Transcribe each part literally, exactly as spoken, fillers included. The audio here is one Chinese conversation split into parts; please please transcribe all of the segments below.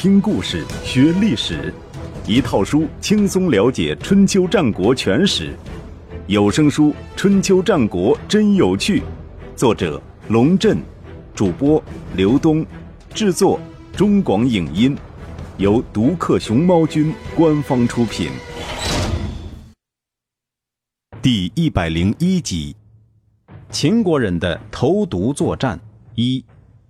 听故事学历史，一套书轻松了解春秋战国全史。有声书《春秋战国真有趣》，作者龙震，主播刘东，制作中广影音，由独克熊猫君官方出品。第一百零一集，秦国人的投毒作战一。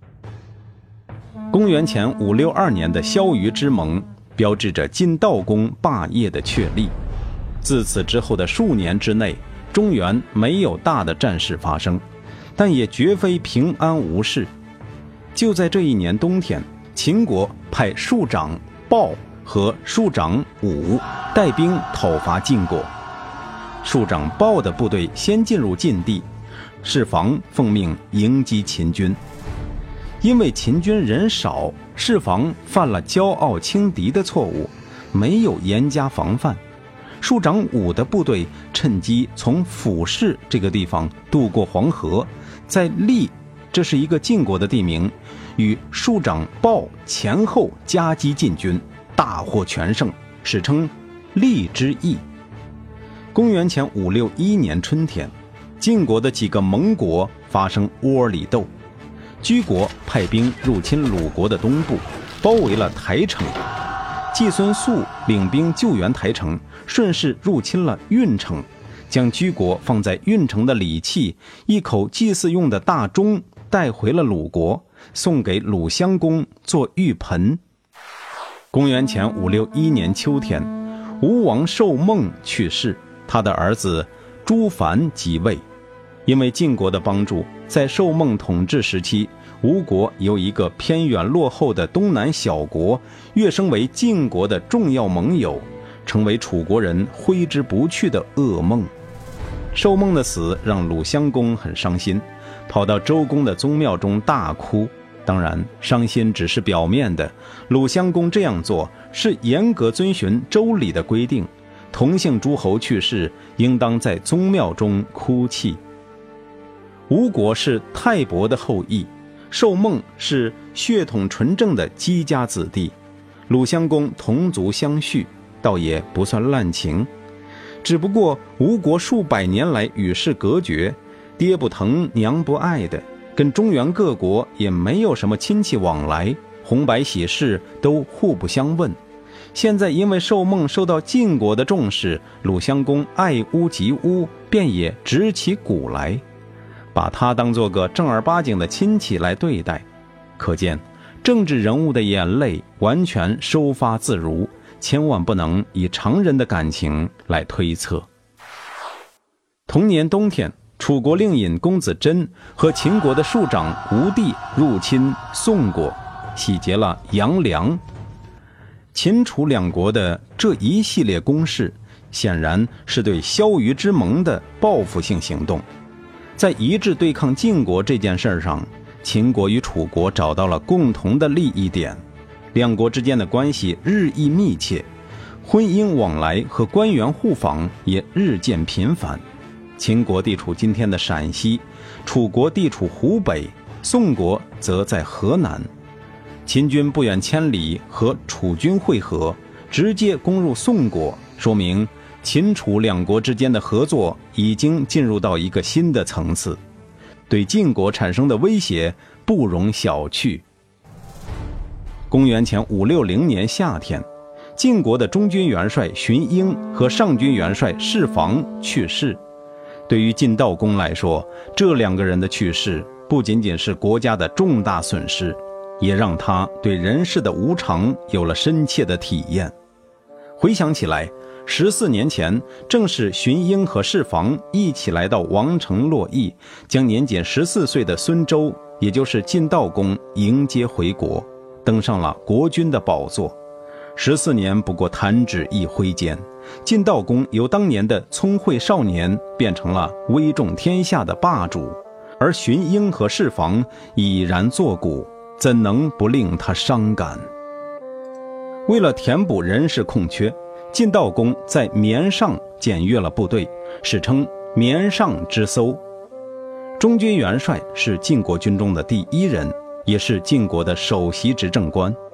公元前五六二年的萧虞之盟，标志着晋悼公霸业的确立。自此之后的数年之内，中原没有大的战事发生，但也绝非平安无事。就在这一年冬天，秦国派庶长鲍和庶长武带兵讨伐晋国。庶长鲍的部队先进入晋地，士房奉命迎击秦军。因为秦军人少，士房犯了骄傲轻敌的错误，没有严加防范。庶长武的部队趁机从府市这个地方渡过黄河，在利，这是一个晋国的地名，与庶长鲍前后夹击晋军，大获全胜，史称利之役。公元前五六一年春天，晋国的几个盟国发生窝里斗。居国派兵入侵鲁国的东部，包围了台城。季孙宿领兵救援台城，顺势入侵了运城，将居国放在运城的礼器，一口祭祀用的大钟带回了鲁国，送给鲁襄公做玉盆。公元前五六一年秋天，吴王寿梦去世，他的儿子朱凡即位。因为晋国的帮助，在寿梦统治时期，吴国由一个偏远落后的东南小国跃升为晋国的重要盟友，成为楚国人挥之不去的噩梦。寿梦的死让鲁襄公很伤心，跑到周公的宗庙中大哭。当然，伤心只是表面的，鲁襄公这样做是严格遵循周礼的规定，同姓诸侯去世，应当在宗庙中哭泣。吴国是泰伯的后裔，寿梦是血统纯正的姬家子弟，鲁襄公同族相续，倒也不算滥情。只不过吴国数百年来与世隔绝，爹不疼娘不爱的，跟中原各国也没有什么亲戚往来，红白喜事都互不相问。现在因为寿梦受到晋国的重视，鲁襄公爱屋及乌，便也执起鼓来，把他当作个正儿八经的亲戚来对待。可见政治人物的眼泪完全收发自如，千万不能以常人的感情来推测。同年冬天，楚国令尹公子真和秦国的庶长吴地入侵宋国，洗劫了阳梁。秦楚两国的这一系列攻势，显然是对萧虞之盟的报复性行动。在一致对抗晋国这件事上，秦国与楚国找到了共同的利益点，两国之间的关系日益密切，婚姻往来和官员互访也日渐频繁。秦国地处今天的陕西，楚国地处湖北，宋国则在河南。秦军不远千里和楚军会合，直接攻入宋国，说明秦楚两国之间的合作已经进入到一个新的层次，对晋国产生的威胁不容小觑。公元前五六零年夏天，晋国的中军元帅荀婴和上军元帅士房去世。对于晋悼公来说，这两个人的去世不仅仅是国家的重大损失，也让他对人世的无常有了深切的体验。回想起来，十四年前，正是荀婴和士房一起来到王城洛邑，将年仅十四岁的孙周，也就是晋悼公迎接回国，登上了国君的宝座。十四年不过弹指一挥间，晋悼公由当年的聪慧少年变成了威重天下的霸主，而荀婴和士房已然作古，怎能不令他伤感？为了填补人事空缺，晋悼公在绵上检阅了部队，史称绵上之搜。中军元帅是晋国军中的第一人，也是晋国的首席执政官。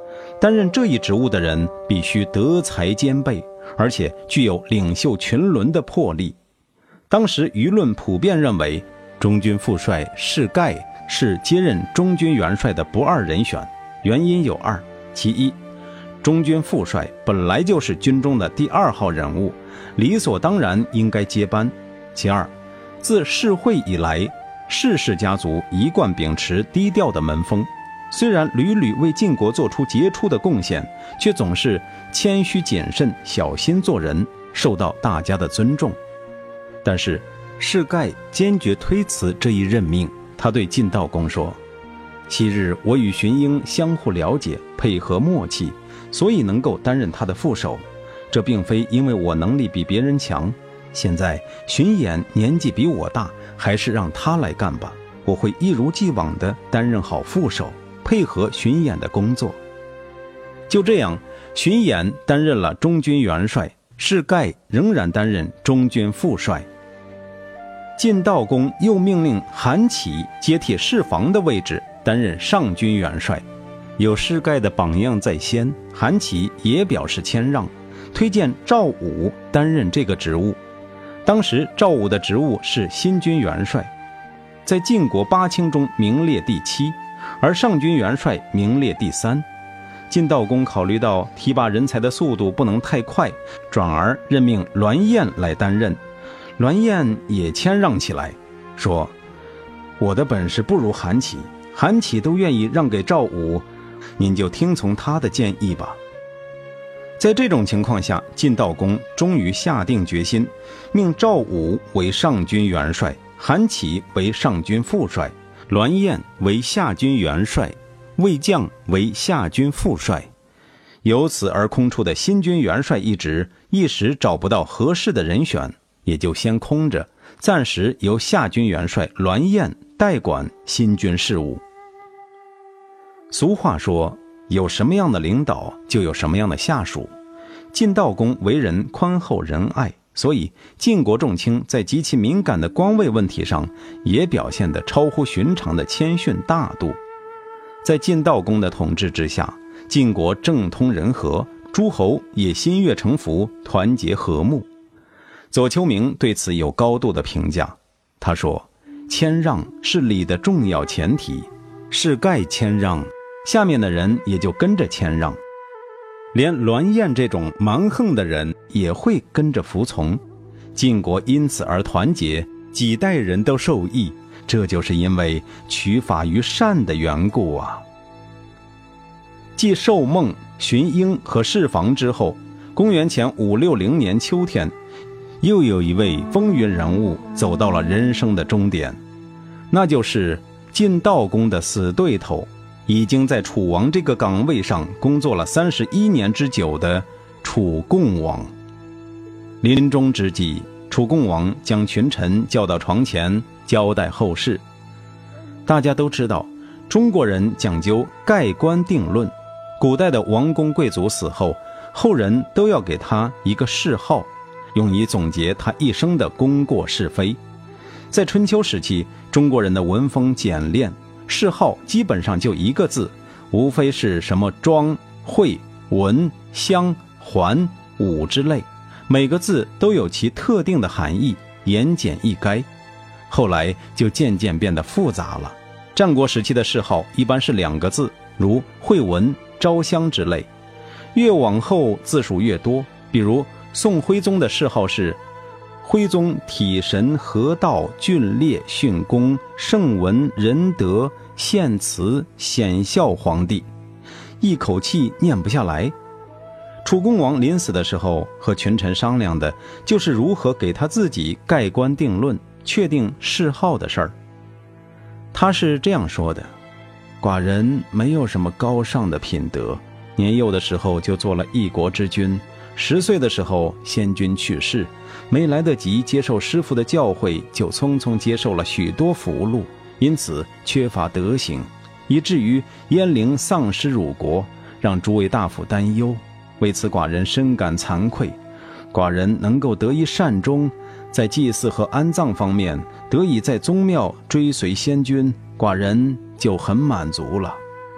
担任这一职务的人必须德才兼备，而且具有领袖群伦的魄力。当时舆论普遍认为，中军副帅士盖是接任中军元帅的不二人选，原因有二：其一，中军副帅本来就是军中的第二号人物，理所当然应该接班；其二，自世会以来，士氏家族一贯秉持低调的门风，虽然屡屡为晋国做出杰出的贡献，却总是谦虚谨慎、小心做人，受到大家的尊重。但是士盖坚决推辞这一任命，他对晋悼公说：昔日我与荀英相互了解，配合默契，所以能够担任他的副手，这并非因为我能力比别人强。现在荀偃年纪比我大，还是让他来干吧，我会一如既往地担任好副手，配合荀偃的工作。就这样，荀偃担任了中军元帅，士盖仍然担任中军副帅。晋悼公又命令韩起接替士房的位置，担任上军元帅。有士盖的榜样在先，韩起也表示谦让，推荐赵武担任这个职务。当时赵武的职务是新军元帅，在晋国八卿中名列第七，而上军元帅名列第三。晋悼公考虑到提拔人才的速度不能太快，转而任命栾燕来担任。栾燕也谦让起来，说：我的本事不如韩起，韩起都愿意让给赵武，您就听从他的建议吧。在这种情况下，晋悼公终于下定决心，命赵武为上军元帅，韩起为上军副帅，栾燕为下军元帅，魏将为下军副帅。由此而空出的新军元帅一职，一时找不到合适的人选，也就先空着，暂时由下军元帅栾燕代管新军事务。俗话说，有什么样的领导，就有什么样的下属。晋悼公为人宽厚仁爱，所以晋国重卿在极其敏感的官位问题上，也表现得超乎寻常的谦逊大度。在晋悼公的统治之下，晋国政通人和，诸侯也心悦诚服，团结和睦。左丘明对此有高度的评价，他说：谦让是礼的重要前提，士盖谦让，下面的人也就跟着谦让，连栾燕这种蛮横的人也会跟着服从。晋国因此而团结，几代人都受益，这就是因为取法于善的缘故啊。继寿梦、荀英和士房之后，公元前五六零年秋天，又有一位风云人物走到了人生的终点，那就是晋悼公的死对头，已经在楚王这个岗位上工作了三十一年之久的楚共王。临终之际，楚共王将群臣叫到床前，交代后事。大家都知道，中国人讲究盖棺定论，古代的王公贵族死后，后人都要给他一个谥号，用以总结他一生的功过是非。在春秋时期，中国人的文风简练，谥号基本上就一个字，无非是什么庄、惠、文、襄、桓、武之类，每个字都有其特定的含义，言简意赅。后来就渐渐变得复杂了，战国时期的谥号一般是两个字，如惠文、昭襄之类，越往后字数越多，比如宋徽宗的谥号是徽宗体神合道俊烈训功圣文仁德献慈显孝皇帝，一口气念不下来。楚共王临死的时候和群臣商量的就是如何给他自己盖棺定论，确定谥号的事儿。他是这样说的：寡人没有什么高尚的品德，年幼的时候就做了一国之君，十岁的时候先君去世，没来得及接受师父的教诲，就匆匆接受了许多俘虏，因此缺乏德行，以至于燕陵丧失辱国，让诸位大夫担忧。为此寡人深感惭愧，寡人能够得以善终，在祭祀和安葬方面得以在宗庙追随先君，寡人就很满足了。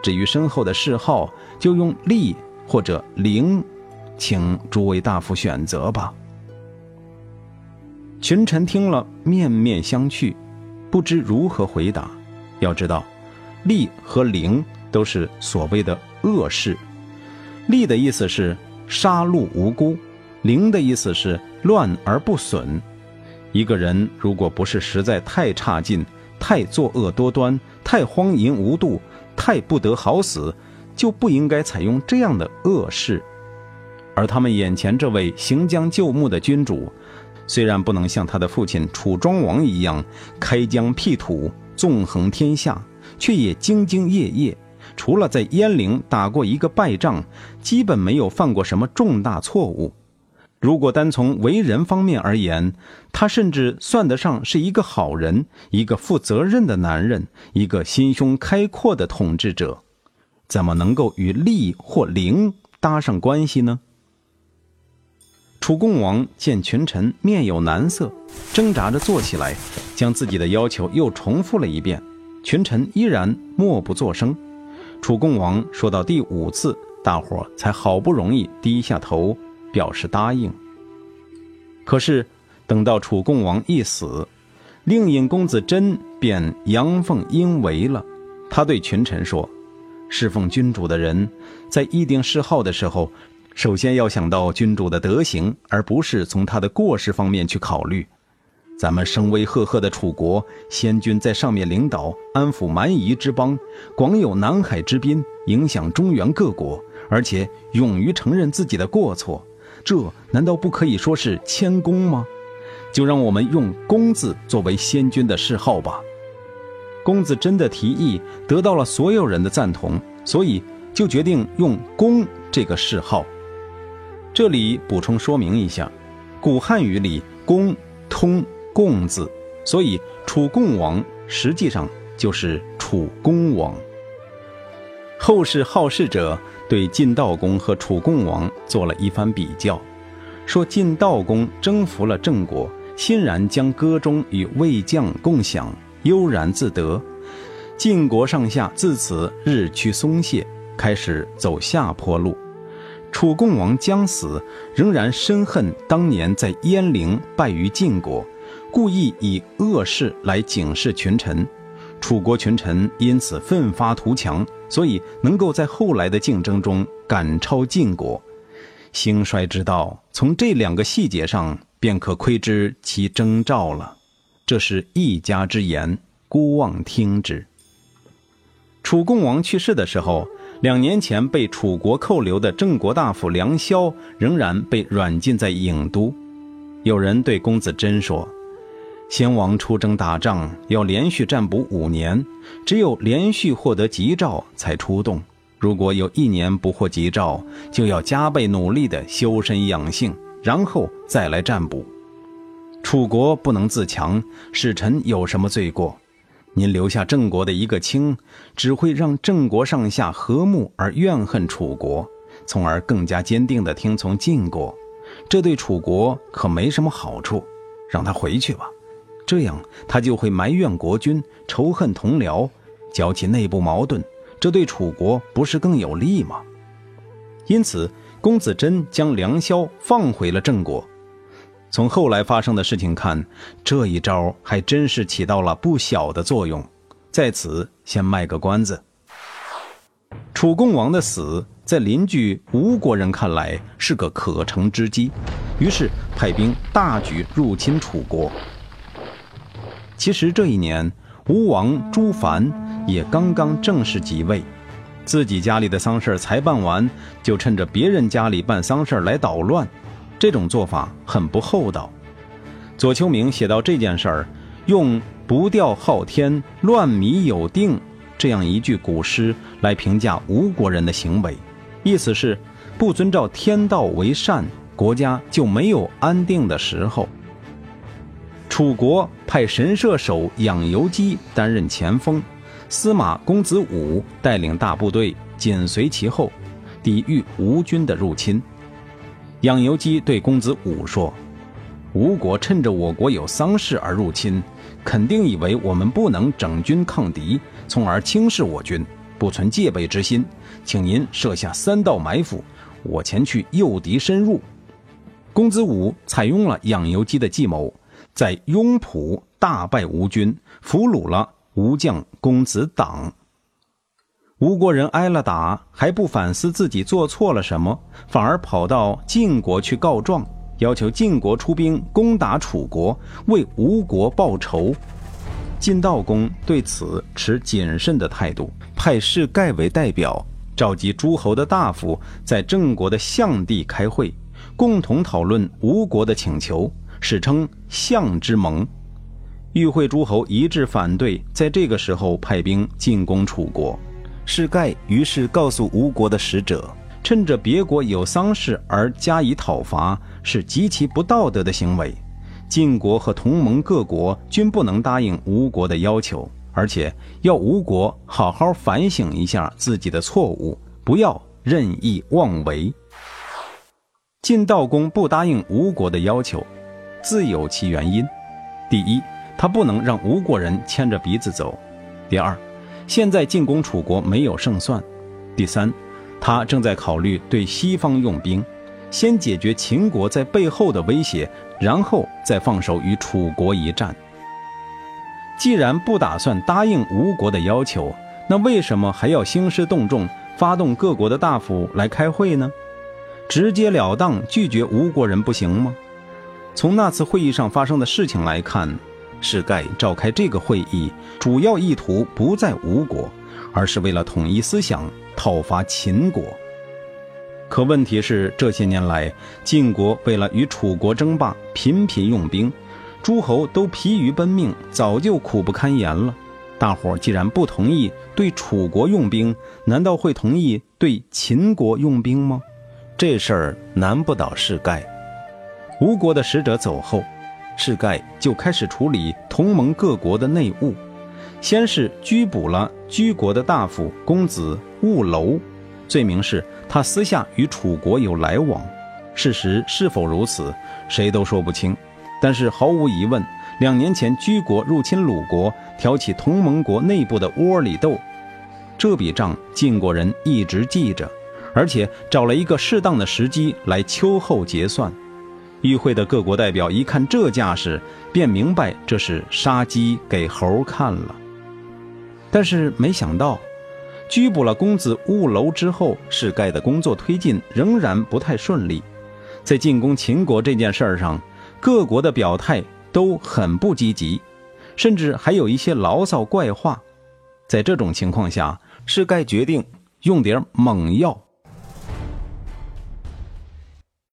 至于身后的谥号，就用厉或者凌，请诸位大夫选择吧。群臣听了面面相觑，不知如何回答。要知道，厉和凌都是所谓的恶事。厉的意思是杀戮无辜，凌的意思是乱而不损。一个人如果不是实在太差劲，太作恶多端，太荒淫无度，太不得好死，就不应该采用这样的恶事。而他们眼前这位行将就木的君主，虽然不能像他的父亲楚庄王一样开疆辟土，纵横天下，却也兢兢业业，除了在鄢陵打过一个败仗，基本没有犯过什么重大错误。如果单从为人方面而言，他甚至算得上是一个好人，一个负责任的男人，一个心胸开阔的统治者，怎么能够与厉或凌搭上关系呢？楚共王见群臣面有难色，挣扎着坐起来，将自己的要求又重复了一遍，群臣依然默不作声。楚共王说到第五次，大伙才好不容易低下头表示答应。可是等到楚共王一死，令尹公子真便阳奉阴违了。他对群臣说，侍奉君主的人在议定谥号的时候，首先要想到君主的德行，而不是从他的过失方面去考虑。咱们声威赫赫的楚国，先君在上面领导，安抚蛮夷之邦，广有南海之滨，影响中原各国，而且勇于承认自己的过错，这难道不可以说是谦恭吗？就让我们用公字作为先君的谥号吧。公子真的提议得到了所有人的赞同，所以就决定用公这个谥号。这里补充说明一下，古汉语里公通共字，所以楚共王实际上就是楚公王。后世好事者对晋悼公和楚共王做了一番比较，说晋悼公征服了郑国，欣然将歌中与魏将共享，悠然自得。晋国上下自此日趋松懈，开始走下坡路。楚共王将死，仍然深恨当年在鄢陵败于晋国，故意以恶事来警示群臣。楚国群臣因此奋发图强，所以能够在后来的竞争中赶超晋国。兴衰之道，从这两个细节上便可窥知其征兆了。这是一家之言，姑妄听之。楚共王去世的时候，两年前被楚国扣留的郑国大夫梁萧仍然被软禁在郢都。有人对公子真说，先王出征打仗要连续占卜五年，只有连续获得吉兆才出动，如果有一年不获吉兆，就要加倍努力地修身养性，然后再来占卜。楚国不能自强，使臣有什么罪过？您留下郑国的一个卿，只会让郑国上下和睦而怨恨楚国，从而更加坚定地听从晋国，这对楚国可没什么好处。让他回去吧，这样他就会埋怨国君，仇恨同僚，搅起内部矛盾，这对楚国不是更有利吗？因此公子真将梁萧放回了郑国。从后来发生的事情看，这一招还真是起到了不小的作用。在此先卖个关子。楚共王的死，在邻居吴国人看来是个可乘之机，于是派兵大举入侵楚国。其实这一年，吴王朱凡也刚刚正式即位，自己家里的丧事才办完，就趁着别人家里办丧事来捣乱，这种做法很不厚道。左丘明写到这件事儿，用不调昊天，乱靡有定这样一句古诗来评价吴国人的行为，意思是不遵照天道为善，国家就没有安定的时候。楚国派神射手养由基担任前锋，司马公子武带领大部队紧随其后，抵御吴军的入侵。养由基对公子武说，吴国趁着我国有丧事而入侵，肯定以为我们不能整军抗敌，从而轻视我军， 不存戒备之心，请您设下三道埋伏，我前去诱敌深入。公子武采用了养由基的计谋，在雍浦大败吴军，俘虏了吴将公子党。吴国人挨了打，还不反思自己做错了什么，反而跑到晋国去告状，要求晋国出兵攻打楚国，为吴国报仇。晋悼公对此持谨慎的态度，派士盖为代表，召集诸侯的大夫在郑国的相地开会，共同讨论吴国的请求，史称相之盟。与会诸侯一致反对，在这个时候派兵进攻楚国。士盖于是告诉吴国的使者，趁着别国有丧事而加以讨伐，是极其不道德的行为。晋国和同盟各国均不能答应吴国的要求，而且要吴国好好反省一下自己的错误，不要任意妄为。晋悼公不答应吴国的要求，自有其原因。第一，他不能让吴国人牵着鼻子走；第二，现在进攻楚国没有胜算；第三，他正在考虑对西方用兵，先解决秦国在背后的威胁，然后再放手与楚国一战。既然不打算答应吴国的要求，那为什么还要兴师动众，发动各国的大夫来开会呢？直截了当拒绝吴国人不行吗？从那次会议上发生的事情来看，士盖召开这个会议，主要意图不在吴国，而是为了统一思想，讨伐秦国。可问题是，这些年来，晋国为了与楚国争霸，频频用兵，诸侯都疲于奔命，早就苦不堪言了。大伙既然不同意对楚国用兵，难道会同意对秦国用兵吗？这事儿难不倒士盖。吴国的使者走后，士盖就开始处理同盟各国的内务，先是拘捕了居国的大夫公子兀楼，罪名是他私下与楚国有来往。事实是否如此，谁都说不清。但是毫无疑问，两年前居国入侵鲁国，挑起同盟国内部的窝里斗，这笔账晋国人一直记着，而且找了一个适当的时机来秋后结算。与会的各国代表一看这架势，便明白这是杀鸡给猴看了。但是没想到，拘捕了公子兀楼之后，士盖的工作推进仍然不太顺利。在进攻秦国这件事上，各国的表态都很不积极，甚至还有一些牢骚怪话。在这种情况下，士盖决定用点猛药。